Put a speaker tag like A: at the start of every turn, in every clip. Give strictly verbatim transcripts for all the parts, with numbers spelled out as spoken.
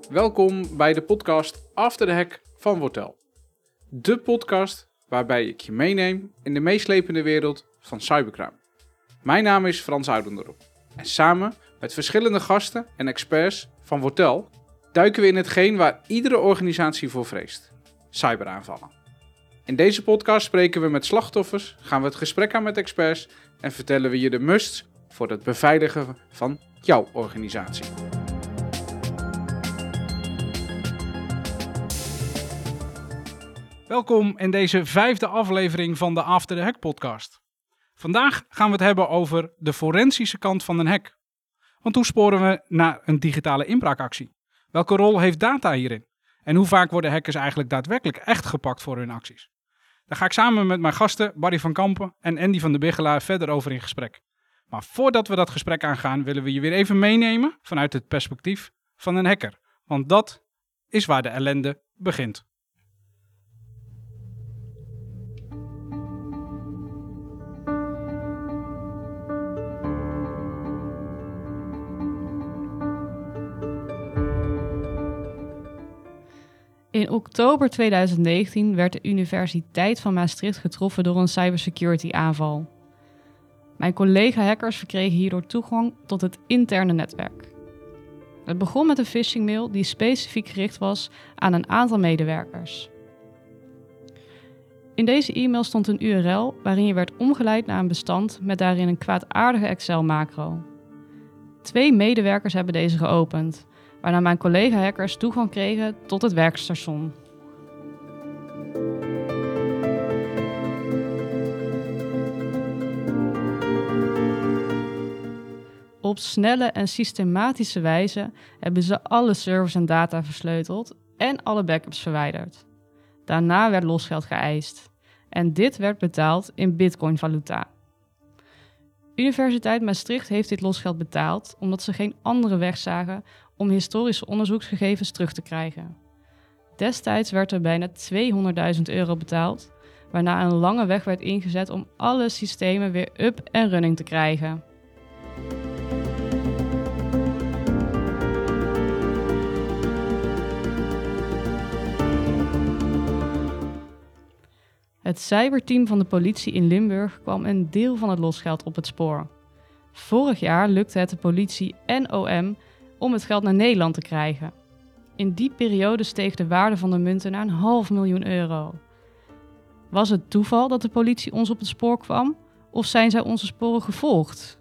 A: Welkom bij de podcast After the Hack van Wortel. De podcast waarbij ik je meeneem in de meeslepende wereld van cybercrime. Mijn naam is Frans Oudendorp en samen met verschillende gasten en experts van Wortel duiken we in hetgeen waar iedere organisatie voor vreest: cyberaanvallen. In deze podcast spreken we met slachtoffers, gaan we het gesprek aan met experts en vertellen we je de musts voor het beveiligen van jouw organisatie. Welkom in deze vijfde aflevering van de After the Hack podcast. Vandaag gaan we het hebben over de forensische kant van een hack. Want hoe sporen we naar een digitale inbraakactie? Welke rol heeft data hierin? En hoe vaak worden hackers eigenlijk daadwerkelijk echt gepakt voor hun acties? Daar ga ik samen met mijn gasten Barry van Kampen en Andy van de Biggelaar verder over in gesprek. Maar voordat we dat gesprek aangaan, willen we je weer even meenemen vanuit het perspectief van een hacker. Want dat is waar de ellende begint.
B: In oktober tweeduizend negentien werd de Universiteit van Maastricht getroffen door een cybersecurity aanval. Mijn collega-hackers verkregen hierdoor toegang tot het interne netwerk. Het begon met een phishingmail die specifiek gericht was aan een aantal medewerkers. In deze e-mail stond een U R L waarin je werd omgeleid naar een bestand met daarin een kwaadaardige Excel-macro. Twee medewerkers hebben deze geopend, waarna mijn collega-hackers toegang kregen tot het werkstation. Op snelle en systematische wijze hebben ze alle servers en data versleuteld en alle backups verwijderd. Daarna werd losgeld geëist en dit werd betaald in bitcoin-valuta. Universiteit Maastricht heeft dit losgeld betaald omdat ze geen andere weg zagen om historische onderzoeksgegevens terug te krijgen. Destijds werd er bijna tweehonderdduizend euro betaald, waarna een lange weg werd ingezet om alle systemen weer up en running te krijgen. Het cyberteam van de politie in Limburg kwam een deel van het losgeld op het spoor. Vorig jaar lukte het de politie en O M om het geld naar Nederland te krijgen. In die periode steeg de waarde van de munten naar een half miljoen euro. Was het toeval dat de politie ons op het spoor kwam, of zijn zij onze sporen gevolgd?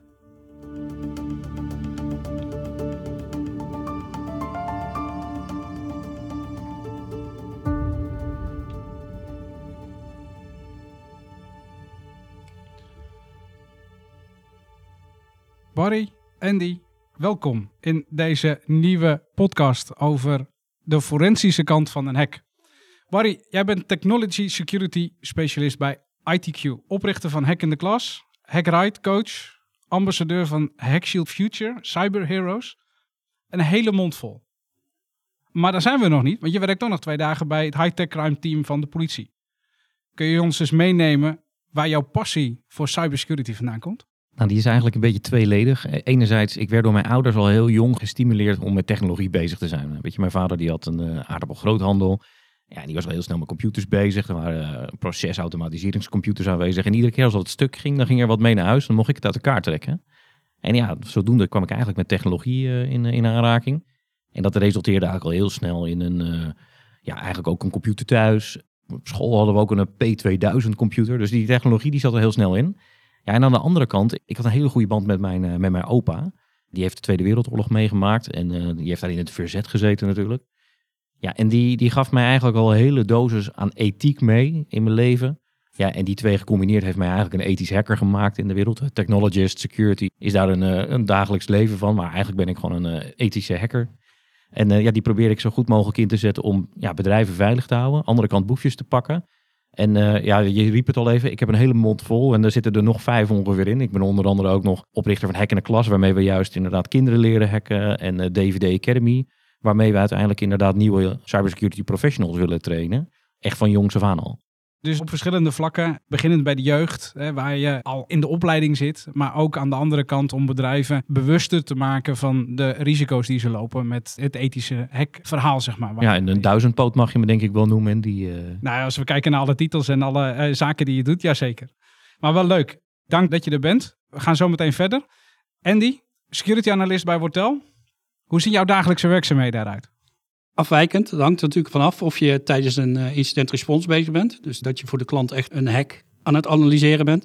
A: Barry, Andy, welkom in deze nieuwe podcast over de forensische kant van een hack. Barry, jij bent Technology Security Specialist bij I T Q, oprichter van Hack in the Class, HackRight Coach, ambassadeur van HackShield Future, Cyber Heroes. Een hele mond vol. Maar daar zijn we nog niet, want je werkt ook nog twee dagen bij het high-tech crime team van de politie. Kun je ons eens meenemen waar jouw passie voor cybersecurity vandaan komt?
C: Nou, die is eigenlijk een beetje tweeledig. Enerzijds, ik werd door mijn ouders al heel jong gestimuleerd om met technologie bezig te zijn. Weet je, mijn vader die had een uh, aardappelgroothandel. Ja, die was al heel snel met computers bezig. Er waren uh, procesautomatiseringscomputers aanwezig. En iedere keer als dat het stuk ging, dan ging er wat mee naar huis. Dan mocht ik het uit elkaar trekken. En ja, zodoende kwam ik eigenlijk met technologie uh, in, in aanraking. En dat resulteerde eigenlijk al heel snel in een, uh, ja, eigenlijk ook een computer thuis. Op school hadden we ook een P tweeduizend computer. Dus die technologie die zat er heel snel in. Ja, en aan de andere kant, ik had een hele goede band met mijn, uh, met mijn opa. Die heeft de Tweede Wereldoorlog meegemaakt en uh, die heeft daar in het verzet gezeten natuurlijk. Ja, en die, die gaf mij eigenlijk al een hele dosis aan ethiek mee in mijn leven. Ja, en die twee gecombineerd heeft mij eigenlijk een ethisch hacker gemaakt in de wereld. Technologist, security is daar een, uh, een dagelijks leven van, maar eigenlijk ben ik gewoon een uh, ethische hacker. En uh, ja, die probeer ik zo goed mogelijk in te zetten om ja, bedrijven veilig te houden. Andere kant boefjes te pakken. En uh, ja, je riep het al even, ik heb een hele mond vol en er zitten er nog vijf ongeveer in. Ik ben onder andere ook nog oprichter van Hack in the Class, waarmee we juist inderdaad kinderen leren hacken. En uh, D V D Academy, waarmee we uiteindelijk inderdaad nieuwe cybersecurity professionals willen trainen. Echt van jongs af aan al.
A: Dus op verschillende vlakken, beginnend bij de jeugd, hè, waar je al in de opleiding zit, maar ook aan de andere kant om bedrijven bewuster te maken van de risico's die ze lopen met het ethische hackverhaal, zeg maar.
C: Ja, en een duizendpoot mag je me denk ik wel noemen. En die, uh...
A: Nou, als we kijken naar alle titels en alle uh, zaken die je doet, jazeker. Maar wel leuk. Dank dat je er bent. We gaan zo meteen verder. Andy, security analyst bij Wortel. Hoe zien jouw dagelijkse werkzaamheden eruit?
D: Afwijkend, dat hangt er natuurlijk vanaf of je tijdens een uh, incident response bezig bent. Dus dat je voor de klant echt een hack aan het analyseren bent.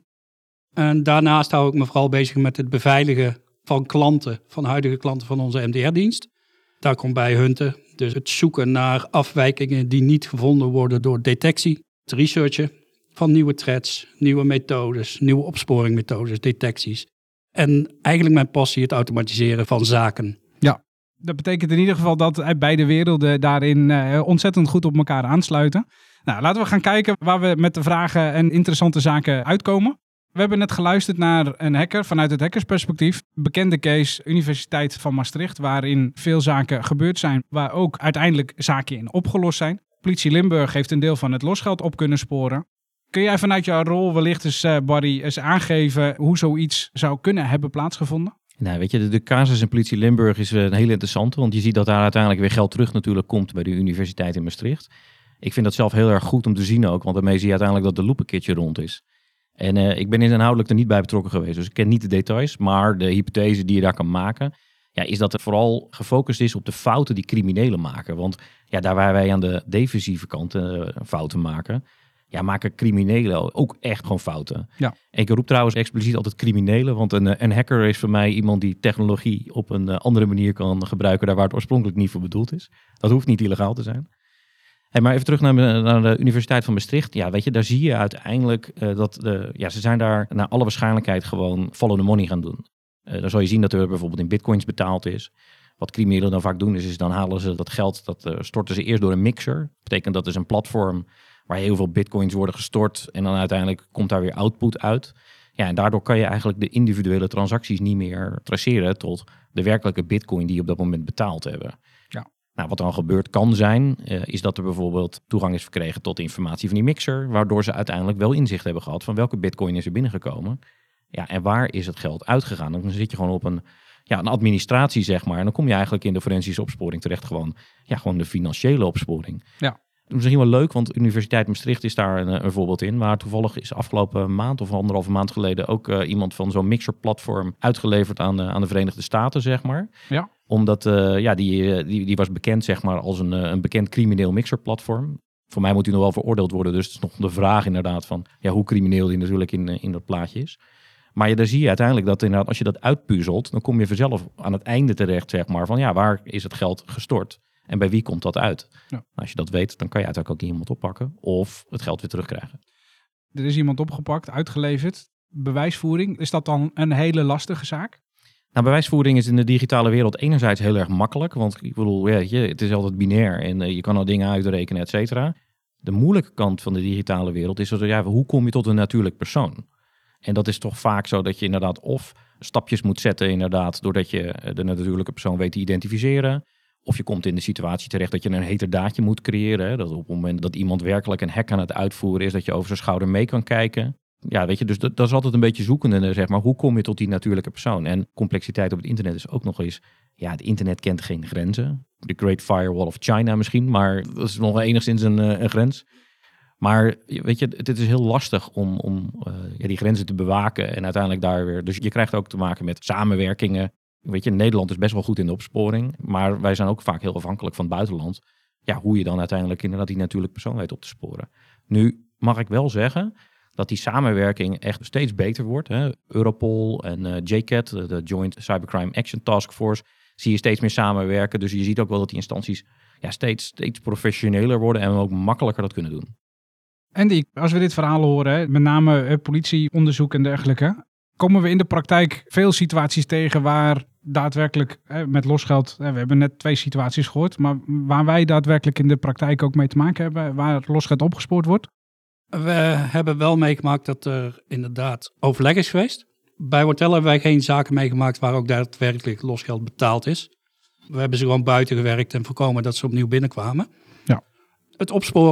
D: En daarnaast hou ik me vooral bezig met het beveiligen van klanten, van huidige klanten van onze M D R-dienst. Daar komt bij hunten, dus het zoeken naar afwijkingen die niet gevonden worden door detectie. Het researchen van nieuwe threats, nieuwe methodes, nieuwe opsporingmethodes, detecties. En eigenlijk mijn passie het automatiseren van zaken.
A: Ja. Dat betekent in ieder geval dat beide werelden daarin uh, ontzettend goed op elkaar aansluiten. Nou, laten we gaan kijken waar we met de vragen en interessante zaken uitkomen. We hebben net geluisterd naar een hacker vanuit het hackersperspectief. Bekende case, Universiteit van Maastricht, waarin veel zaken gebeurd zijn, waar ook uiteindelijk zaken in opgelost zijn. Politie Limburg heeft een deel van het losgeld op kunnen sporen. Kun jij vanuit jouw rol wellicht eens, uh, Barry, eens aangeven hoe zoiets zou kunnen hebben plaatsgevonden?
C: Nou, weet je, de, de casus in Politie Limburg is een hele interessante, want je ziet dat daar uiteindelijk weer geld terug natuurlijk komt bij de Universiteit in Maastricht. Ik vind dat zelf heel erg goed om te zien ook, want daarmee zie je uiteindelijk dat de loop een keertje rond is. En uh, ik ben inhoudelijk er niet bij betrokken geweest, dus ik ken niet de details, maar de hypothese die je daar kan maken, ja, is dat het vooral gefocust is op de fouten die criminelen maken. Want ja, daar waar wij aan de defensieve kant uh, fouten maken, ja, maken criminelen ook echt gewoon fouten.
A: Ja.
C: Ik roep trouwens expliciet altijd criminelen, want een, een hacker is voor mij iemand die technologie op een andere manier kan gebruiken, daar waar het oorspronkelijk niet voor bedoeld is. Dat hoeft niet illegaal te zijn. Hey, maar even terug naar, naar de Universiteit van Maastricht. Ja, weet je, daar zie je uiteindelijk uh, dat de, ja, ze zijn daar naar alle waarschijnlijkheid gewoon follow the money gaan doen. Uh, dan zal je zien dat er bijvoorbeeld in bitcoins betaald is. Wat criminelen dan vaak doen is, is dan halen ze dat geld, dat uh, storten ze eerst door een mixer. Dat betekent dat is een platform waar heel veel bitcoins worden gestort en dan uiteindelijk komt daar weer output uit. Ja, en daardoor kan je eigenlijk de individuele transacties niet meer traceren tot de werkelijke bitcoin die je op dat moment betaald hebben.
A: Ja.
C: Nou, wat dan gebeurd kan zijn, uh, is dat er bijvoorbeeld toegang is verkregen tot de informatie van die mixer, waardoor ze uiteindelijk wel inzicht hebben gehad van welke bitcoin is er binnengekomen. Ja, en waar is het geld uitgegaan? Dan zit je gewoon op een, ja, een administratie, zeg maar. En dan kom je eigenlijk in de forensische opsporing terecht, gewoon, ja, gewoon de financiële opsporing.
A: Ja.
C: Misschien wel leuk, want de Universiteit Maastricht is daar een, een voorbeeld in. Maar toevallig is afgelopen maand of anderhalve maand geleden ook uh, iemand van zo'n mixer-platform uitgeleverd aan, uh, aan de Verenigde Staten, zeg maar.
A: Ja.
C: Omdat uh, ja, die, die, die was bekend, zeg maar, als een, een bekend crimineel mixer-platform. Voor mij moet hij nog wel veroordeeld worden. Dus het is nog de vraag inderdaad van ja, hoe crimineel die natuurlijk in, in dat plaatje is. Maar ja, daar zie je uiteindelijk dat inderdaad, als je dat uitpuzzelt, dan kom je vanzelf aan het einde terecht, zeg maar, van ja, waar is het geld gestort? En bij wie komt dat uit?
A: Ja.
C: Als je dat weet, dan kan je uiteindelijk ook iemand oppakken of het geld weer terugkrijgen.
A: Er is iemand opgepakt, uitgeleverd. Bewijsvoering, is dat dan een hele lastige zaak?
C: Nou, bewijsvoering is in de digitale wereld enerzijds heel erg makkelijk. Want ik bedoel, weet je, het is altijd binair en uh, je kan al dingen uitrekenen, et cetera. De moeilijke kant van de digitale wereld is dat, ja, hoe kom je tot een natuurlijk persoon? En dat is toch vaak zo dat je inderdaad of stapjes moet zetten, inderdaad, doordat je de natuurlijke persoon weet te identificeren. Of je komt in de situatie terecht dat je een heterdaadje moet creëren. Hè? Dat op het moment dat iemand werkelijk een hack aan het uitvoeren is, dat je over zijn schouder mee kan kijken. Ja, weet je, dus dat, dat is altijd een beetje zoekende, zeg maar. Hoe kom je tot die natuurlijke persoon? En complexiteit op het internet is ook nog eens, ja, het internet kent geen grenzen. The Great Firewall of China misschien, maar dat is nog enigszins een, een grens. Maar weet je, het is heel lastig om, om uh, ja, die grenzen te bewaken en uiteindelijk daar weer. Dus je krijgt ook te maken met samenwerkingen. Weet je, Nederland is best wel goed in de opsporing, maar wij zijn ook vaak heel afhankelijk van het buitenland. Ja, hoe je dan uiteindelijk inderdaad die natuurlijke persoon weet op te sporen. Nu mag ik wel zeggen dat die samenwerking echt steeds beter wordt. Hè. Europol en uh, J CAT, de Joint Cybercrime Action Task Force, zie je steeds meer samenwerken. Dus je ziet ook wel dat die instanties ja, steeds, steeds professioneler worden en ook makkelijker dat kunnen doen.
A: Andy, als we dit verhaal horen, hè, met name uh, politieonderzoek en dergelijke, komen we in de praktijk veel situaties tegen waar daadwerkelijk hè, met losgeld, hè, we hebben net twee situaties gehoord, maar waar wij daadwerkelijk in de praktijk ook mee te maken hebben, waar losgeld opgespoord wordt?
D: We hebben wel meegemaakt dat er inderdaad overleg is geweest. Bij Wortel hebben wij geen zaken meegemaakt waar ook daadwerkelijk losgeld betaald is. We hebben ze gewoon buiten gewerkt en voorkomen dat ze opnieuw binnenkwamen.
A: Ja.
D: Het opsporen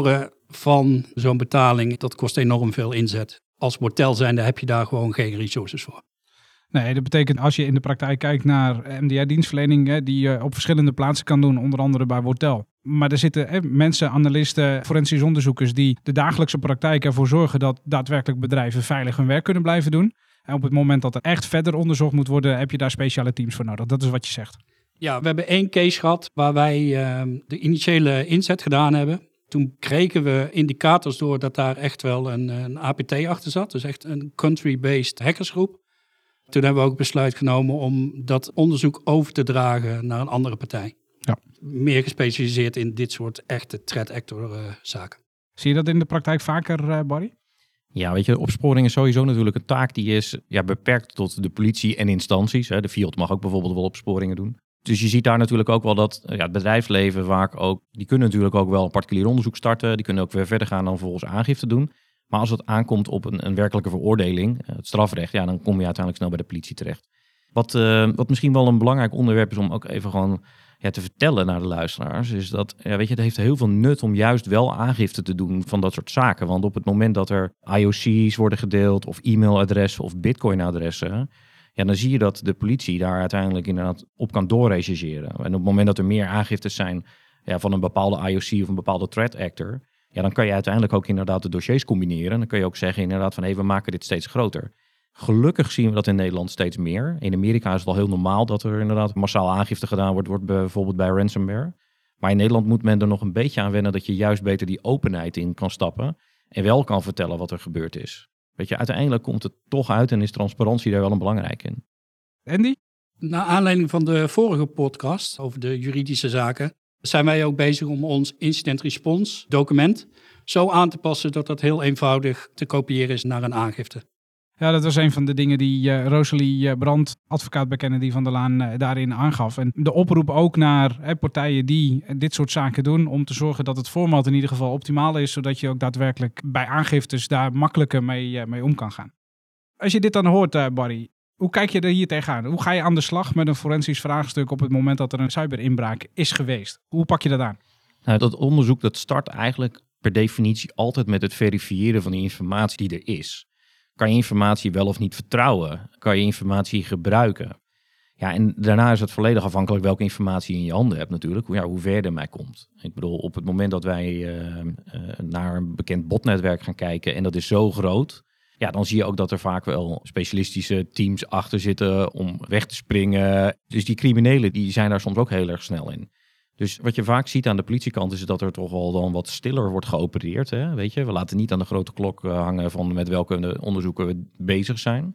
D: van zo'n betaling, dat kost enorm veel inzet. Als motel zijnde heb je daar gewoon geen resources voor.
A: Nee, dat betekent als je in de praktijk kijkt naar M D R-dienstverlening, hè, die je op verschillende plaatsen kan doen, onder andere bij Wortel. Maar er zitten hè, mensen, analisten, forensisch onderzoekers die de dagelijkse praktijk ervoor zorgen dat daadwerkelijk bedrijven veilig hun werk kunnen blijven doen. En op het moment dat er echt verder onderzocht moet worden, heb je daar speciale teams voor nodig. Dat is wat je zegt.
D: Ja, we hebben één case gehad waar wij uh, de initiële inzet gedaan hebben. Toen kregen we indicators door dat daar echt wel een, een A P T achter zat. Dus echt een country-based hackersgroep. Toen hebben we ook besluit genomen om dat onderzoek over te dragen naar een andere partij.
A: Ja.
D: Meer gespecialiseerd in dit soort echte threat actor uh, zaken.
A: Zie je dat in de praktijk vaker, uh, Barry?
C: Ja, weet je, opsporing is sowieso natuurlijk een taak die is ja, beperkt tot de politie en instanties. Hè. De Field mag ook bijvoorbeeld wel opsporingen doen. Dus je ziet daar natuurlijk ook wel dat ja, het bedrijfsleven vaak ook, die kunnen natuurlijk ook wel een particulier onderzoek starten. Die kunnen ook weer verder gaan dan volgens aangifte doen. Maar als het aankomt op een, een werkelijke veroordeling, het strafrecht, ja, dan kom je uiteindelijk snel bij de politie terecht. Wat, uh, wat misschien wel een belangrijk onderwerp is om ook even gewoon ja, te vertellen naar de luisteraars, is dat, ja, weet je, het heeft heel veel nut om juist wel aangifte te doen van dat soort zaken. Want op het moment dat er I O C's worden gedeeld of e-mailadressen of bitcoin-adressen, ja, dan zie je dat de politie daar uiteindelijk inderdaad op kan doorrechercheren. En op het moment dat er meer aangiftes zijn ja, van een bepaalde I O C of een bepaalde threat actor, ja, dan kan je uiteindelijk ook inderdaad de dossiers combineren. Dan kun je ook zeggen inderdaad van, hé, we maken dit steeds groter. Gelukkig zien we dat in Nederland steeds meer. In Amerika is het al heel normaal dat er inderdaad massaal aangifte gedaan wordt, wordt bijvoorbeeld bij ransomware. Maar in Nederland moet men er nog een beetje aan wennen dat je juist beter die openheid in kan stappen en wel kan vertellen wat er gebeurd is. Weet je, uiteindelijk komt het toch uit en is transparantie daar wel een belangrijk in.
A: Andy?
D: Naar aanleiding van de vorige podcast over de juridische zaken zijn wij ook bezig om ons incident response document zo aan te passen dat dat heel eenvoudig te kopiëren is naar een aangifte.
A: Ja, dat was een van de dingen die uh, Rosalie uh, Brandt, advocaat bij Kennedy van der Laan, uh, daarin aangaf. En de oproep ook naar hè, partijen die uh, dit soort zaken doen, om te zorgen dat het format in ieder geval optimaal is, zodat je ook daadwerkelijk bij aangiftes daar makkelijker mee, uh, mee om kan gaan. Als je dit dan hoort, uh, Barry, hoe kijk je er hier tegenaan? Hoe ga je aan de slag met een forensisch vraagstuk op het moment dat er een cyberinbraak is geweest? Hoe pak je dat aan?
C: Nou, dat onderzoek dat start eigenlijk per definitie altijd met het verifiëren van de informatie die er is. Kan je informatie wel of niet vertrouwen? Kan je informatie gebruiken? Ja, en daarna is het volledig afhankelijk welke informatie je in je handen hebt natuurlijk. Ja, hoe ver je ermee komt. Ik bedoel, op het moment dat wij uh, uh, naar een bekend botnetwerk gaan kijken en dat is zo groot, ja, dan zie je ook dat er vaak wel specialistische teams achter zitten om weg te springen. Dus die criminelen die zijn daar soms ook heel erg snel in. Dus wat je vaak ziet aan de politiekant is dat er toch wel dan wat stiller wordt geopereerd. Hè? Weet je, we laten niet aan de grote klok hangen van met welke onderzoeken we bezig zijn.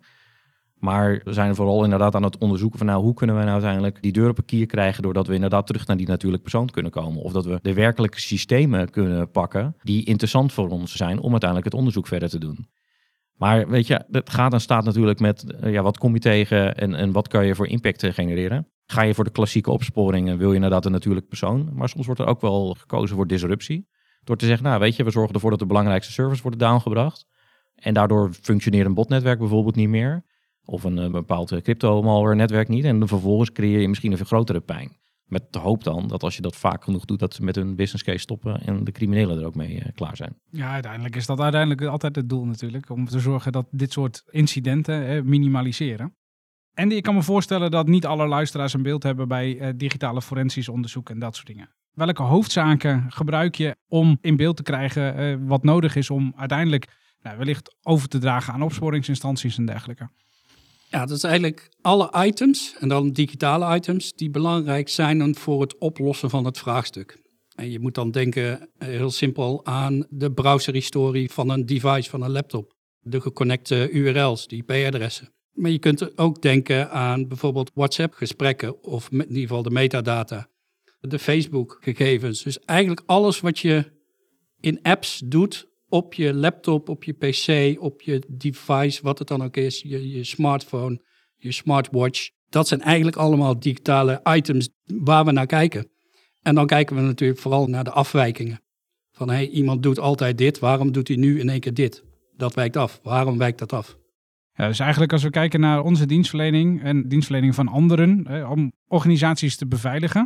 C: Maar we zijn vooral inderdaad aan het onderzoeken van nou, hoe kunnen we nou uiteindelijk die deur op een kier krijgen doordat we inderdaad terug naar die natuurlijke persoon kunnen komen. Of dat we de werkelijke systemen kunnen pakken die interessant voor ons zijn om uiteindelijk het onderzoek verder te doen. Maar weet je, het gaat en staat natuurlijk met ja, wat kom je tegen en, en wat kan je voor impact genereren. Ga je voor de klassieke opsporing en wil je inderdaad een natuurlijke persoon. Maar soms wordt er ook wel gekozen voor disruptie. Door te zeggen, nou weet je, we zorgen ervoor dat de belangrijkste servers worden downgebracht. En daardoor functioneert een botnetwerk bijvoorbeeld niet meer. Of een, een bepaald crypto-malware netwerk niet. En vervolgens creëer je misschien een veel grotere pijn. Met de hoop dan dat als je dat vaak genoeg doet, dat ze met hun business case stoppen en de criminelen er ook mee uh, klaar zijn.
A: Ja, uiteindelijk is dat uiteindelijk altijd het doel natuurlijk. Om te zorgen dat dit soort incidenten eh, minimaliseren. En ik kan me voorstellen dat niet alle luisteraars een beeld hebben bij uh, digitale forensisch onderzoek en dat soort dingen. Welke hoofdzaken gebruik je om in beeld te krijgen uh, wat nodig is om uiteindelijk nou, wellicht over te dragen aan opsporingsinstanties en dergelijke?
D: Ja, dat is eigenlijk alle items, en dan digitale items, die belangrijk zijn voor het oplossen van het vraagstuk. En je moet dan denken, heel simpel, aan de browserhistorie van een device, van een laptop. De geconnecte U R L's, de I P-adressen. Maar je kunt ook denken aan bijvoorbeeld WhatsApp-gesprekken of in ieder geval de metadata. De Facebook-gegevens. Dus eigenlijk alles wat je in apps doet op je laptop, op je P C, op je device, wat het dan ook is, je, je smartphone, je smartwatch. Dat zijn eigenlijk allemaal digitale items waar we naar kijken. En dan kijken we natuurlijk vooral naar de afwijkingen. Van hey, iemand doet altijd dit, waarom doet hij nu in één keer dit? Dat wijkt af. Waarom wijkt dat af?
A: Ja, dus eigenlijk als we kijken naar onze dienstverlening en dienstverlening van anderen, eh, om organisaties te beveiligen,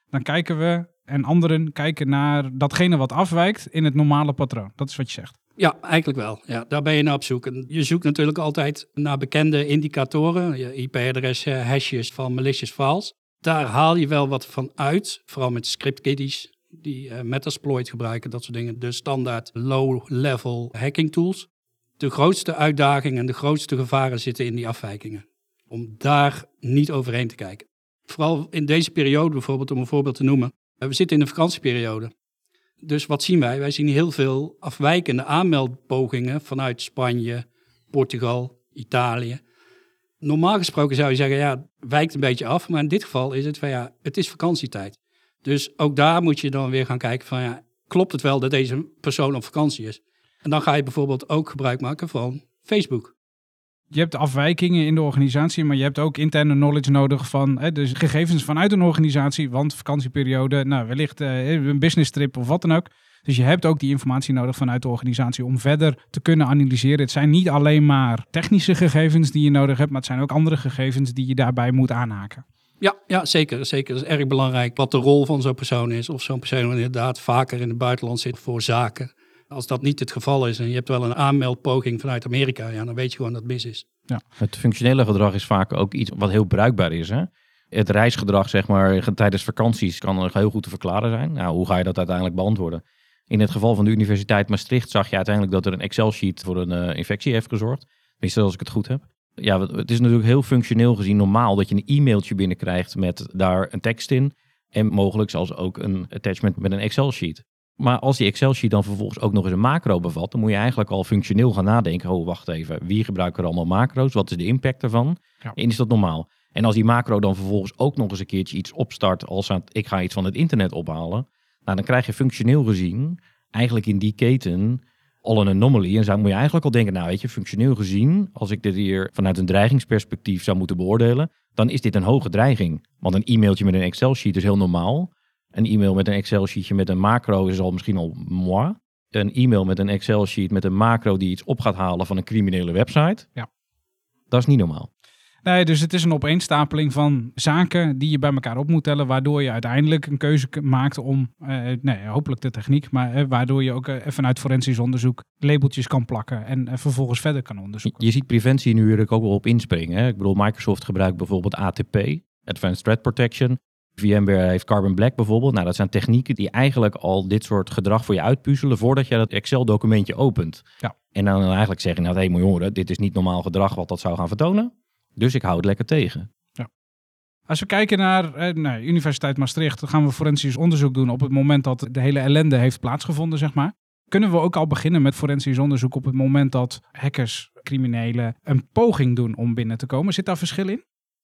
A: dan kijken we en anderen kijken naar datgene wat afwijkt in het normale patroon. Dat is wat je zegt.
D: Ja, eigenlijk wel. Ja, daar ben je naar op zoek. En je zoekt natuurlijk altijd naar bekende indicatoren, je I P-adressen, hashes van malicious files. Daar haal je wel wat van uit, vooral met scriptkiddies die uh, Metasploit gebruiken, dat soort dingen. De standaard low-level hacking tools. De grootste uitdaging en de grootste gevaren zitten in die afwijkingen. Om daar niet overheen te kijken. Vooral in deze periode bijvoorbeeld, om een voorbeeld te noemen. We zitten in een vakantieperiode. Dus wat zien wij? Wij zien heel veel afwijkende aanmeldpogingen vanuit Spanje, Portugal, Italië. Normaal gesproken zou je zeggen, ja, wijkt een beetje af. Maar in dit geval is het van, ja, het is vakantietijd. Dus ook daar moet je dan weer gaan kijken van, ja, klopt het wel dat deze persoon op vakantie is? En dan ga je bijvoorbeeld ook gebruik maken van Facebook.
A: Je hebt afwijkingen in de organisatie, maar je hebt ook interne knowledge nodig van hè, dus gegevens vanuit een organisatie, want vakantieperiode, nou wellicht uh, een business trip of wat dan ook. Dus je hebt ook die informatie nodig vanuit de organisatie om verder te kunnen analyseren. Het zijn niet alleen maar technische gegevens die je nodig hebt, maar het zijn ook andere gegevens die je daarbij moet aanhaken.
D: Ja, ja zeker, zeker. Dat is erg belangrijk wat de rol van zo'n persoon is. Of zo'n persoon inderdaad vaker in het buitenland zit voor zaken. Als dat niet het geval is en je hebt wel een aanmeldpoging vanuit Amerika, ja, dan weet je gewoon dat het mis is.
C: Ja. Het functionele gedrag is vaak ook iets wat heel bruikbaar is. Hè? Het reisgedrag, zeg maar, tijdens vakanties kan heel goed te verklaren zijn. Nou, hoe ga je dat uiteindelijk beantwoorden? In het geval van de Universiteit Maastricht zag je uiteindelijk dat er een Excel-sheet voor een uh, infectie heeft gezorgd. Tenminste, als ik het goed heb. Ja, het is natuurlijk heel functioneel gezien normaal dat je een e-mailtje binnenkrijgt met daar een tekst in. En mogelijk zelfs ook een attachment met een Excel-sheet. Maar als die Excel-sheet dan vervolgens ook nog eens een macro bevat, dan moet je eigenlijk al functioneel gaan nadenken. Oh, wacht even, wie gebruikt er allemaal macro's? Wat is de impact ervan? Ja. En is dat normaal? En als die macro dan vervolgens ook nog eens een keertje iets opstart als aan, ik ga iets van het internet ophalen, nou, dan krijg je functioneel gezien eigenlijk in die keten al een anomaly. En zo moet je eigenlijk al denken, nou weet je, functioneel gezien, als ik dit hier vanuit een dreigingsperspectief zou moeten beoordelen, dan is dit een hoge dreiging. Want een e-mailtje met een Excel-sheet is heel normaal. Een e-mail met een Excel-sheetje met een macro is al misschien al moi. Een e-mail met een Excel-sheet met een macro die iets op gaat halen van een criminele website. Ja. Dat is niet normaal.
A: Nee, dus het is een opeenstapeling van zaken die je bij elkaar op moet tellen, waardoor je uiteindelijk een keuze maakt om, uh, nee, hopelijk de techniek, maar uh, waardoor je ook uh, vanuit forensisch onderzoek labeltjes kan plakken en uh, vervolgens verder kan onderzoeken.
C: Je, je ziet preventie nu er ook wel op inspringen. Hè? Ik bedoel, Microsoft gebruikt bijvoorbeeld A T P, Advanced Threat Protection. VMware heeft Carbon Black bijvoorbeeld. Nou, dat zijn technieken die eigenlijk al dit soort gedrag voor je uitpuzzelen voordat je dat Excel-documentje opent. Ja. En dan eigenlijk zeggen, nou, hé, hey, moet je horen, dit is niet normaal gedrag wat dat zou gaan vertonen. Dus ik hou het lekker tegen.
A: Ja. Als we kijken naar eh, nou, Universiteit Maastricht, dan gaan we forensisch onderzoek doen op het moment dat de hele ellende heeft plaatsgevonden, zeg maar. Kunnen we ook al beginnen met forensisch onderzoek op het moment dat hackers, criminelen, een poging doen om binnen te komen? Zit daar verschil in?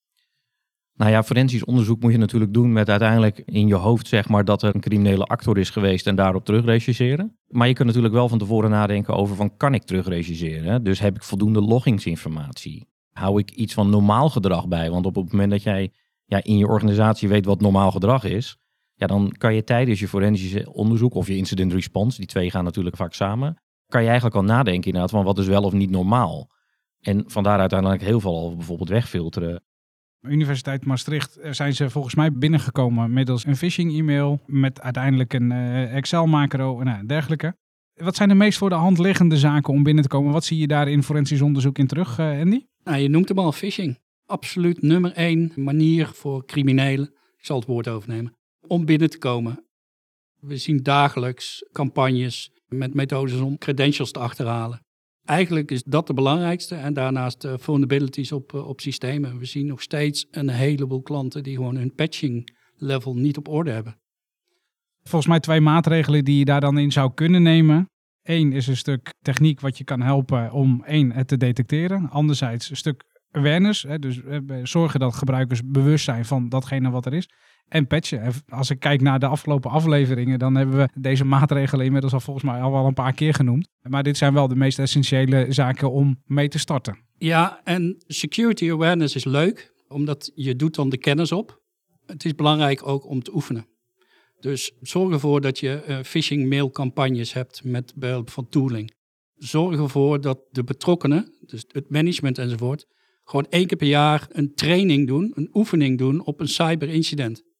C: Nou ja, forensisch onderzoek moet je natuurlijk doen met uiteindelijk in je hoofd, zeg maar, dat er een criminele actor is geweest en daarop terugrechercheren. Maar je kunt natuurlijk wel van tevoren nadenken over van, kan ik terugrechercheren? Dus heb ik voldoende loggingsinformatie? Hou ik iets van normaal gedrag bij? Want op het moment dat jij ja, in je organisatie weet wat normaal gedrag is, ja, dan kan je tijdens je forensische onderzoek of je incident response, die twee gaan natuurlijk vaak samen, kan je eigenlijk al nadenken inderdaad van wat is wel of niet normaal. En vandaar uiteindelijk heel veel al bijvoorbeeld wegfilteren.
A: Universiteit Maastricht zijn ze volgens mij binnengekomen middels een phishing-e-mail met uiteindelijk een uh, Excel-macro en uh, dergelijke. Wat zijn de meest voor de hand liggende zaken om binnen te komen? Wat zie je daar in forensisch onderzoek in terug, uh, Andy?
D: Nou, je noemt hem al phishing. Absoluut nummer één manier voor criminelen, ik zal het woord overnemen, om binnen te komen. We zien dagelijks campagnes met methodes om credentials te achterhalen. Eigenlijk is dat de belangrijkste en daarnaast uh, vulnerabilities op, uh, op systemen. We zien nog steeds een heleboel klanten die gewoon hun patching level niet op orde hebben.
A: Volgens mij twee maatregelen die je daar dan in zou kunnen nemen. Eén is een stuk techniek wat je kan helpen om één, het te detecteren. Anderzijds een stuk awareness, hè, dus uh, zorgen dat gebruikers bewust zijn van datgene wat er is. En patchen. Als ik kijk naar de afgelopen afleveringen, dan hebben we deze maatregelen inmiddels al volgens mij al wel een paar keer genoemd. Maar dit zijn wel de meest essentiële zaken om mee te starten.
D: Ja, en security awareness is leuk, omdat je doet dan de kennis op. Het is belangrijk ook om te oefenen. Dus zorg ervoor dat je uh, phishing mailcampagnes hebt met behulp van tooling. Zorg ervoor dat de betrokkenen, dus het management enzovoort, gewoon één keer per jaar een training doen, een oefening doen op een cyberincident.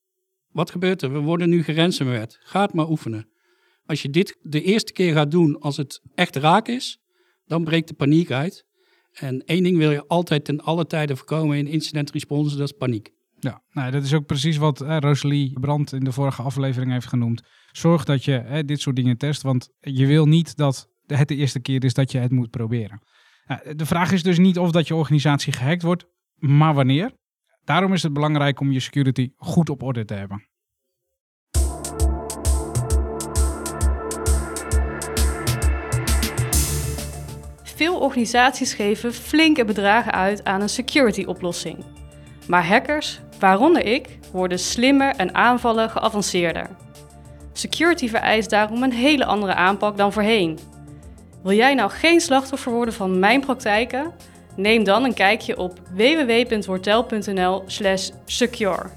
D: Wat gebeurt er? We worden nu geransomwerd. Ga het maar oefenen. Als je dit de eerste keer gaat doen als het echt raak is, dan breekt de paniek uit. En één ding wil je altijd ten alle tijden voorkomen in incident response, dat is paniek.
A: Ja, nou, dat is ook precies wat eh, Rosalie Brandt in de vorige aflevering heeft genoemd. Zorg dat je eh, dit soort dingen test, want je wil niet dat het de eerste keer is dat je het moet proberen. Nou, de vraag is dus niet of dat je organisatie gehackt wordt, maar wanneer. Daarom is het belangrijk om je security goed op orde te hebben.
B: Veel organisaties geven flinke bedragen uit aan een security-oplossing. Maar hackers, waaronder ik, worden slimmer en aanvallen geavanceerder. Security vereist daarom een hele andere aanpak dan voorheen. Wil jij nou geen slachtoffer worden van mijn praktijken? Neem dan een kijkje op w w w punt wortel punt n l slash secure.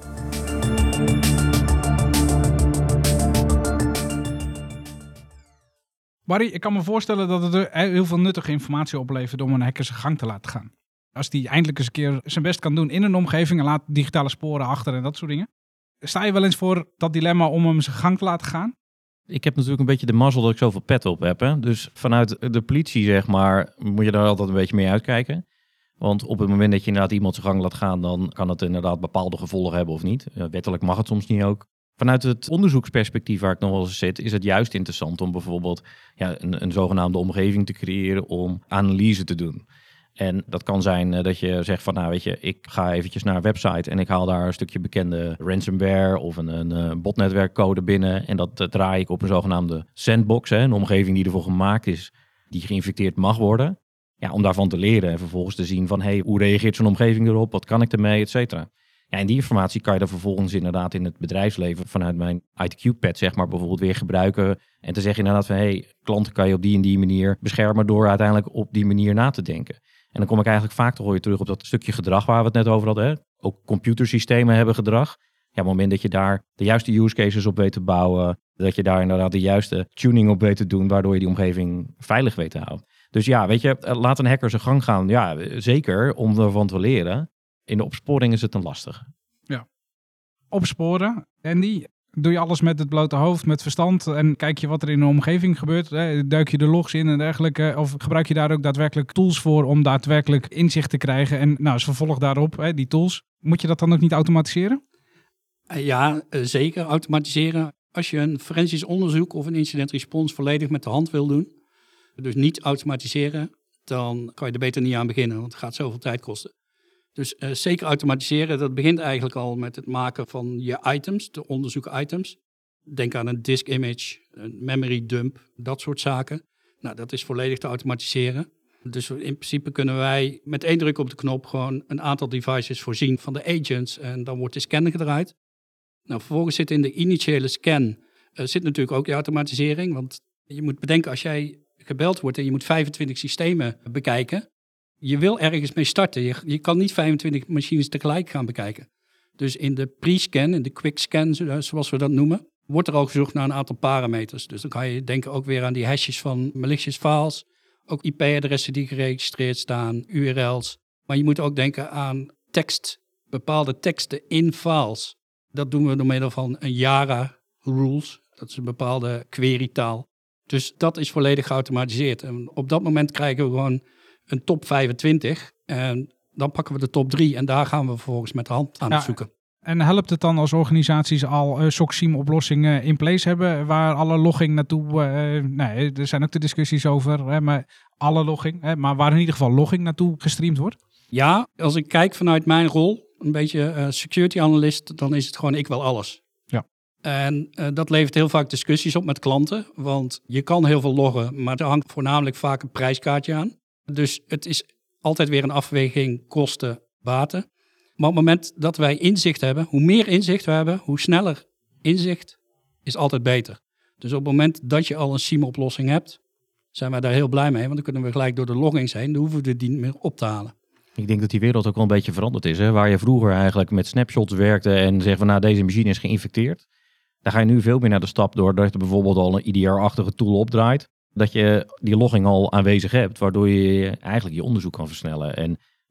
A: Barry, ik kan me voorstellen dat het er heel veel nuttige informatie oplevert om een hacker zijn gang te laten gaan. Als die eindelijk eens een keer zijn best kan doen in een omgeving en laat digitale sporen achter en dat soort dingen. Sta je wel eens voor dat dilemma om hem zijn gang te laten gaan?
C: Ik heb natuurlijk een beetje de mazzel dat ik zoveel pet op heb. Hè? Dus vanuit de politie, zeg maar, moet je daar altijd een beetje mee uitkijken. Want op het moment dat je inderdaad iemand zijn gang laat gaan, dan kan het inderdaad bepaalde gevolgen hebben of niet. Uh, wettelijk mag het soms niet ook. Vanuit het onderzoeksperspectief waar ik nog wel eens zit, is het juist interessant om bijvoorbeeld ja, een, een zogenaamde omgeving te creëren om analyse te doen. En dat kan zijn uh, dat je zegt van, nou weet je, ik ga eventjes naar een website en ik haal daar een stukje bekende ransomware of een, een, een botnetwerkcode binnen. En dat uh, draai ik op een zogenaamde sandbox, hè, een omgeving die ervoor gemaakt is, die geïnfecteerd mag worden. Ja, om daarvan te leren en vervolgens te zien van, hey, hoe reageert zo'n omgeving erop? Wat kan ik ermee, et cetera. Ja, en die informatie kan je dan vervolgens inderdaad in het bedrijfsleven vanuit mijn I T Q-pad, zeg maar, bijvoorbeeld weer gebruiken. En te zeggen inderdaad van, hey, klanten kan je op die en die manier beschermen door uiteindelijk op die manier na te denken. En dan kom ik eigenlijk vaak toch weer terug op dat stukje gedrag waar we het net over hadden. Hè? Ook computersystemen hebben gedrag. Ja, op het moment dat je daar de juiste use cases op weet te bouwen, dat je daar inderdaad de juiste tuning op weet te doen, waardoor je die omgeving veilig weet te houden. Dus ja, weet je, laat een hacker zijn gang gaan. Ja, zeker, om ervan te leren. In de opsporing is het een lastige.
A: Ja. Opsporen, Andy, doe je alles met het blote hoofd, met verstand en kijk je wat er in de omgeving gebeurt? Hè? Duik je de logs in en dergelijke? Of gebruik je daar ook daadwerkelijk tools voor om daadwerkelijk inzicht te krijgen? En nou, als vervolg daarop, hè, die tools, moet je dat dan ook niet automatiseren?
D: Ja, zeker automatiseren. Als je een forensisch onderzoek of een incident response volledig met de hand wil doen, dus niet automatiseren, dan kan je er beter niet aan beginnen, want het gaat zoveel tijd kosten. Dus uh, zeker automatiseren, dat begint eigenlijk al met het maken van je items, de onderzoeken items. Denk aan een disk image, een memory dump, dat soort zaken. Nou, dat is volledig te automatiseren. Dus in principe kunnen wij met één druk op de knop gewoon een aantal devices voorzien van de agents en dan wordt de scan gedraaid. Nou, vervolgens zit in de initiële scan uh, zit natuurlijk ook die automatisering, want je moet bedenken als jij gebeld wordt en je moet vijfentwintig systemen bekijken, je wil ergens mee starten. Je, je kan niet vijfentwintig machines tegelijk gaan bekijken. Dus in de pre-scan, in de quick scan, zoals we dat noemen, wordt er al gezocht naar een aantal parameters. Dus dan kan je denken ook weer aan die hashes van malicious files, ook I P-adressen die geregistreerd staan, U R L's. Maar je moet ook denken aan tekst, bepaalde teksten in files. Dat doen we door middel van een Yara rules. Dat is een bepaalde querytaal. Dus dat is volledig geautomatiseerd. En op dat moment krijgen we gewoon een top vijfentwintig en dan pakken we de top drie en daar gaan we vervolgens met de hand aan
A: ja,
D: het zoeken.
A: En helpt het dan als organisaties al uh, S O C S I M-oplossingen in place hebben waar alle logging naartoe, uh, nee, er zijn ook de discussies over, hè, maar alle logging, hè, maar waar in ieder geval logging naartoe gestreamd wordt?
D: Ja, als ik kijk vanuit mijn rol, een beetje uh, security analyst, dan is het gewoon ik wel alles.
A: Ja.
D: En uh, dat levert heel vaak discussies op met klanten, want je kan heel veel loggen, maar er hangt voornamelijk vaak een prijskaartje aan. Dus het is altijd weer een afweging kosten, baten. Maar op het moment dat wij inzicht hebben, hoe meer inzicht we hebben, hoe sneller inzicht is altijd beter. Dus op het moment dat je al een S I E M-oplossing hebt, zijn wij daar heel blij mee. Want dan kunnen we gelijk door de loggings heen, dan hoeven we die niet meer op te halen.
C: Ik denk dat die wereld ook wel een beetje veranderd is. Hè? Waar je vroeger eigenlijk met snapshots werkte en zeggen van nou deze machine is geïnfecteerd. Dan ga je nu veel meer naar de stap door dat je bijvoorbeeld al een I D R-achtige tool opdraait. Dat je die logging al aanwezig hebt, waardoor je eigenlijk je onderzoek kan versnellen. En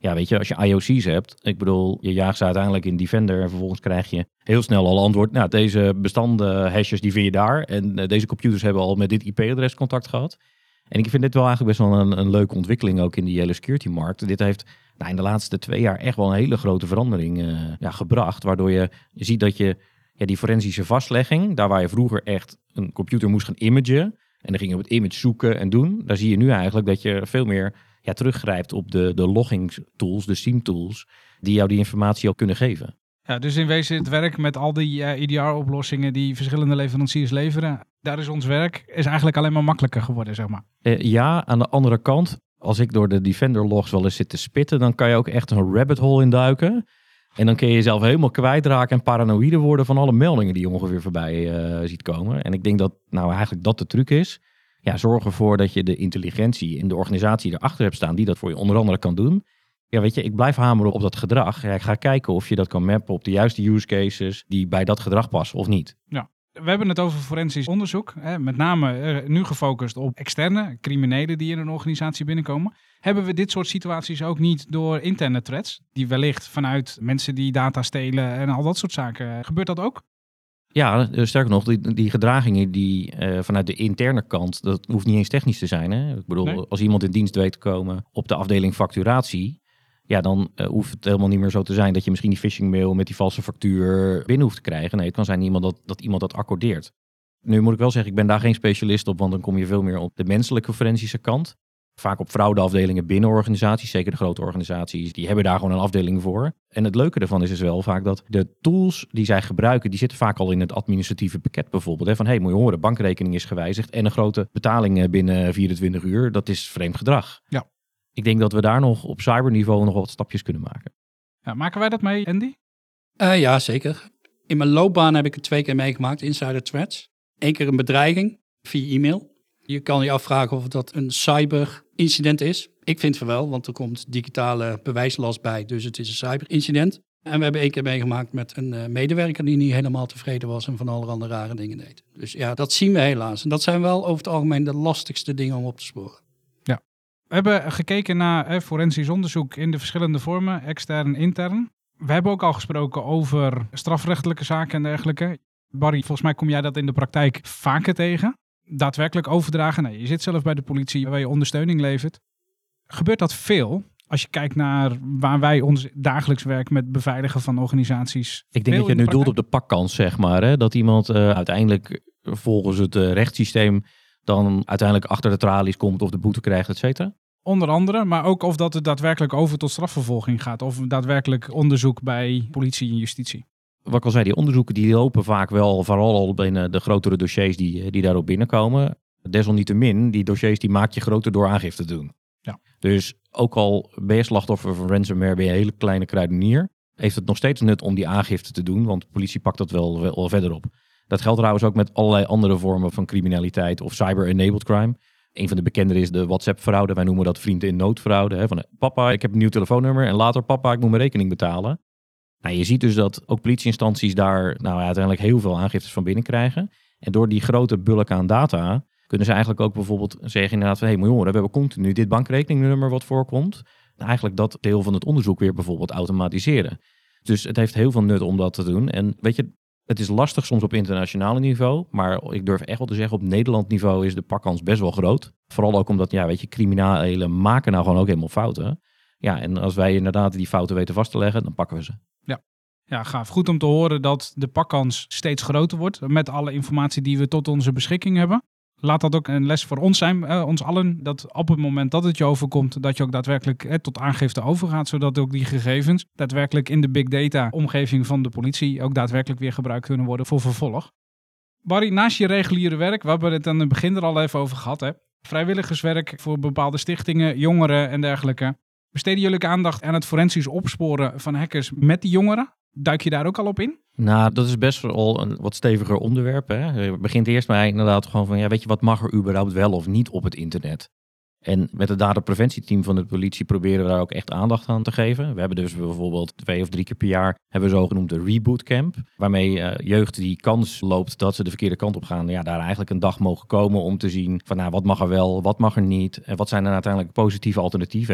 C: Ja, weet je, als je I O C's hebt, ik bedoel, je jaagt ze uiteindelijk in Defender en vervolgens krijg je heel snel al antwoord. Nou, deze bestanden hashes die vind je daar en uh, deze computers hebben al met dit I P-adres contact gehad. En ik vind dit wel eigenlijk best wel een, een leuke ontwikkeling ook in die hele security-markt. Dit heeft nou, in de laatste twee jaar echt wel een hele grote verandering uh, ja, gebracht, waardoor je, je ziet dat je ja, die forensische vastlegging, daar waar je vroeger echt een computer moest gaan imagen en dan ging je op het image zoeken en doen, daar zie je nu eigenlijk dat je veel meer ja, teruggrijpt op de, de logging-tools, de S I E M-tools, die jou die informatie ook kunnen geven.
A: Ja, dus in wezen het werk met al die uh, E D R-oplossingen die verschillende leveranciers leveren, daar is ons werk is eigenlijk alleen maar makkelijker geworden, zeg maar.
C: Uh, ja, aan de andere kant, als ik door de Defender logs wel eens zit te spitten, dan kan je ook echt een rabbit hole induiken. En dan kun je jezelf helemaal kwijtraken en paranoïde worden van alle meldingen die je ongeveer voorbij uh, ziet komen. En ik denk dat nou eigenlijk dat de truc is. Ja, zorg ervoor dat je de intelligentie in de organisatie erachter hebt staan die dat voor je onder andere kan doen. Ja, weet je, ik blijf hameren op dat gedrag. Ja, ik ga kijken of je dat kan mappen op de juiste use cases die bij dat gedrag passen of niet.
A: Ja. We hebben het over forensisch onderzoek, hè, met name uh, nu gefocust op externe criminelen die in een organisatie binnenkomen. Hebben we dit soort situaties ook niet door interne threats, die wellicht vanuit mensen die data stelen en al dat soort zaken, gebeurt dat ook?
C: Ja, sterker nog, die, die gedragingen die uh, vanuit de interne kant, dat hoeft niet eens technisch te zijn. Hè? Ik bedoel, nee. Als iemand in dienst weet te komen op de afdeling facturatie, ja, dan uh, hoeft het helemaal niet meer zo te zijn dat je misschien die phishing mail met die valse factuur binnen hoeft te krijgen. Nee, het kan zijn iemand dat, dat iemand dat accordeert. Nu moet ik wel zeggen, ik ben daar geen specialist op, want dan kom je veel meer op de menselijke forensische kant. Vaak op fraudeafdelingen binnen organisaties, zeker de grote organisaties, die hebben daar gewoon een afdeling voor. En het leuke ervan is dus wel vaak dat de tools die zij gebruiken, die zitten vaak al in het administratieve pakket bijvoorbeeld. Hè, van, hé, hey, moet je horen, bankrekening is gewijzigd en een grote betaling binnen vierentwintig uur, dat is vreemd gedrag.
A: Ja.
C: Ik denk dat we daar nog op cyberniveau nog wat stapjes kunnen maken.
A: Ja, maken wij dat mee, Andy?
D: Uh, ja, zeker. In mijn loopbaan heb ik het twee keer meegemaakt, insider threats. Eén keer een bedreiging via e-mail. Je kan je afvragen of dat een cyberincident is. Ik vind van wel, want er komt digitale bewijslast bij, dus het is een cyberincident. En we hebben één keer meegemaakt met een uh, medewerker die niet helemaal tevreden was en van allerhande rare dingen deed. Dus ja, dat zien we helaas. En dat zijn wel over het algemeen de lastigste dingen om op te sporen.
A: Ja. We hebben gekeken naar eh, forensisch onderzoek in de verschillende vormen, extern en intern. We hebben ook al gesproken over strafrechtelijke zaken en dergelijke. Barry, volgens mij kom jij dat in de praktijk vaker tegen. Daadwerkelijk overdragen. Nee, je zit zelf bij de politie waar je ondersteuning levert. Gebeurt dat veel als je kijkt naar waar wij ons dagelijks werk met beveiligen van organisaties?
C: Ik denk dat je nu doelt op de pakkans, zeg maar. Hè? Dat iemand uh, uiteindelijk volgens het uh, rechtssysteem dan uiteindelijk achter de tralies komt of de boete krijgt, et cetera.
A: Onder andere, maar ook of dat het daadwerkelijk over tot strafvervolging gaat. Of daadwerkelijk onderzoek bij politie en justitie.
C: Wat ik al zei, die onderzoeken die lopen vaak wel, vooral al binnen de grotere dossiers die, die daarop binnenkomen. Desalniettemin, die dossiers die maak je groter door aangifte te doen.
A: Ja.
C: Dus ook al ben je slachtoffer van ransomware, ben je een hele kleine kruidenier, heeft het nog steeds nut om die aangifte te doen, want de politie pakt dat wel, wel, wel verder op. Dat geldt trouwens ook met allerlei andere vormen van criminaliteit of cyber-enabled crime. Een van de bekendere is de WhatsApp-fraude. Wij noemen dat vrienden in nood-fraude. Hè? Van papa, ik heb een nieuw telefoonnummer en later papa, ik moet mijn rekening betalen. Nou, je ziet dus dat ook politieinstanties daar nou, uiteindelijk heel veel aangiftes van binnenkrijgen. En door die grote bulk aan data kunnen ze eigenlijk ook bijvoorbeeld zeggen inderdaad van hé, hey, moet je horen, we hebben continu dit bankrekeningnummer wat voorkomt. En eigenlijk dat deel van het onderzoek weer bijvoorbeeld automatiseren. Dus het heeft heel veel nut om dat te doen. En weet je, het is lastig soms op internationaal niveau, maar ik durf echt wel te zeggen op Nederland niveau is de pakkans best wel groot. Vooral ook omdat, ja, weet je, criminelen maken nou gewoon ook helemaal fouten. Ja, en als wij inderdaad die fouten weten vast te leggen, dan pakken we ze.
A: Ja. Ja, gaaf. Goed om te horen dat de pakkans steeds groter wordt met alle informatie die we tot onze beschikking hebben. Laat dat ook een les voor ons zijn, eh, ons allen, dat op het moment dat het je overkomt, dat je ook daadwerkelijk eh, tot aangifte overgaat, zodat ook die gegevens daadwerkelijk in de big data omgeving van de politie ook daadwerkelijk weer gebruikt kunnen worden voor vervolg. Barry, naast je reguliere werk, we hebben het aan het begin er al even over gehad, hè? Vrijwilligerswerk voor bepaalde stichtingen, jongeren en dergelijke. Besteden jullie aandacht aan het forensisch opsporen van hackers met die jongeren? Duik je daar ook al op in?
C: Nou, dat is best wel een wat steviger onderwerp. Hè? Je begint eerst maar inderdaad gewoon van, ja, weet je, wat mag er überhaupt wel of niet op het internet? En met het daderpreventieteam van de politie proberen we daar ook echt aandacht aan te geven. We hebben dus bijvoorbeeld twee of drie keer per jaar hebben we zogenoemde rebootcamp. Waarmee uh, jeugd die kans loopt dat ze de verkeerde kant op gaan. Ja, daar eigenlijk een dag mogen komen om te zien van, nou, wat mag er wel, wat mag er niet? En wat zijn er uiteindelijk positieve alternatieven? Hè?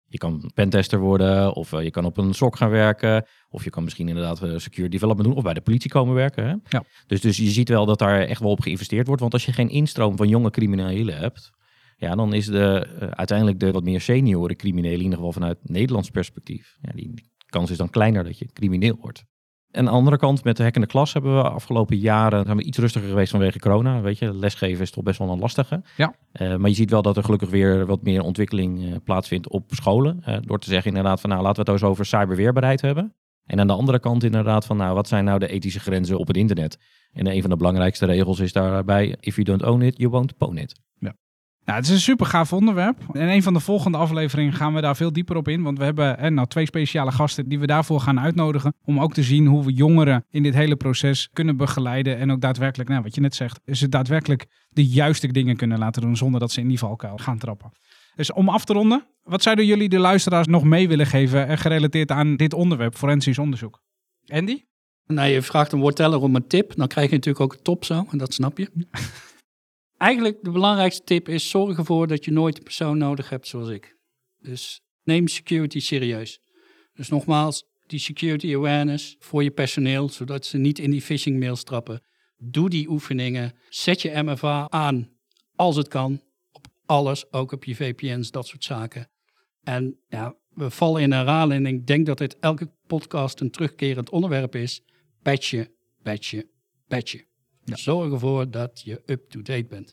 C: Je kan pentester worden of uh, je kan op een S O C gaan werken. Of je kan misschien inderdaad uh, secure development doen of bij de politie komen werken. Hè?
A: Ja.
C: Dus, dus je ziet wel dat daar echt wel op geïnvesteerd wordt. Want als je geen instroom van jonge criminelen hebt, ja, dan is de, uh, uiteindelijk de wat meer senioren criminelen, in ieder geval vanuit Nederlands perspectief, ja, die, die kans is dan kleiner dat je crimineel wordt. En aan de andere kant, met de hackende klas hebben we afgelopen jaren zijn we iets rustiger geweest vanwege corona. Weet je, lesgeven is toch best wel een lastige.
A: Ja.
C: Uh, maar je ziet wel dat er gelukkig weer wat meer ontwikkeling uh, plaatsvindt op scholen. Uh, door te zeggen inderdaad van nou, laten we het eens over cyberweerbaarheid hebben. En aan de andere kant inderdaad van nou, wat zijn nou de ethische grenzen op het internet? En een van de belangrijkste regels is daarbij, if you don't own it, you won't pawn it.
A: Ja. Nou, het is een super gaaf onderwerp. In een van de volgende afleveringen gaan we daar veel dieper op in. Want we hebben eh, nou, twee speciale gasten die we daarvoor gaan uitnodigen. Om ook te zien hoe we jongeren in dit hele proces kunnen begeleiden. En ook daadwerkelijk, nou, wat je net zegt, ze daadwerkelijk de juiste dingen kunnen laten doen. Zonder dat ze in die valkuil gaan trappen. Dus om af te ronden, wat zouden jullie de luisteraars nog mee willen geven eh, gerelateerd aan dit onderwerp, forensisch onderzoek? Andy?
D: Nou, je vraagt een woordteller om een tip. Dan krijg je natuurlijk ook een top zo, en dat snap je. Eigenlijk de belangrijkste tip is, zorg ervoor dat je nooit een persoon nodig hebt zoals ik. Dus neem security serieus. Dus nogmaals, die security awareness voor je personeel, zodat ze niet in die phishing mails trappen. Doe die oefeningen. Zet je M F A aan als het kan. Op alles, ook op je V P N's, dat soort zaken. En ja, we vallen in herhaling en ik denk dat dit elke podcast een terugkerend onderwerp is. Patchen, patchen, patchen. Ja. Zorg ervoor dat je up-to-date bent.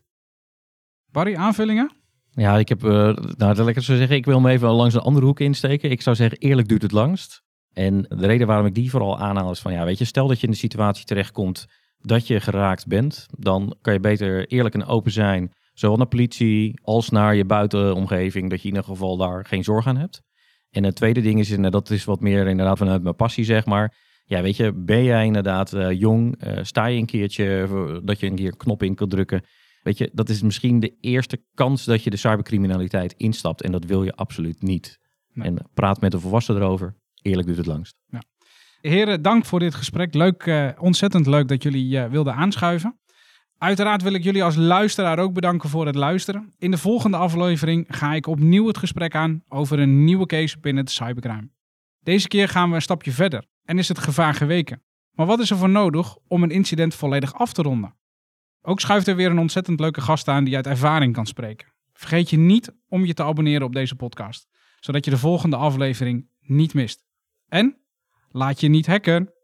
A: Barry, aanvullingen?
C: Ja, ik heb, uh, nou, dat ik zou zeggen, ik wil me even langs een andere hoek insteken. Ik zou zeggen, eerlijk duurt het langst. En de reden waarom ik die vooral aanhaal is van, ja, weet je, stel dat je in de situatie terechtkomt dat je geraakt bent, dan kan je beter eerlijk en open zijn, zowel naar politie als naar je buitenomgeving, dat je in ieder geval daar geen zorg aan hebt. En het tweede ding is, en dat is wat meer inderdaad vanuit mijn passie, zeg maar. Ja, weet je, ben jij inderdaad uh, jong, uh, sta je een keertje uh, dat je een keer een knop in kunt drukken. Weet je, dat is misschien de eerste kans dat je de cybercriminaliteit instapt. En dat wil je absoluut niet. Nee. En praat met een volwassene erover. Eerlijk duurt het langst.
A: Ja. Heren, dank voor dit gesprek. Leuk, uh, ontzettend leuk dat jullie uh, wilden aanschuiven. Uiteraard wil ik jullie als luisteraar ook bedanken voor het luisteren. In de volgende aflevering ga ik opnieuw het gesprek aan over een nieuwe case binnen de cybercrime. Deze keer gaan we een stapje verder en is het gevaar geweken. Maar wat is er voor nodig om een incident volledig af te ronden? Ook schuift er weer een ontzettend leuke gast aan die uit ervaring kan spreken. Vergeet je niet om je te abonneren op deze podcast, zodat je de volgende aflevering niet mist. En laat je niet hacken.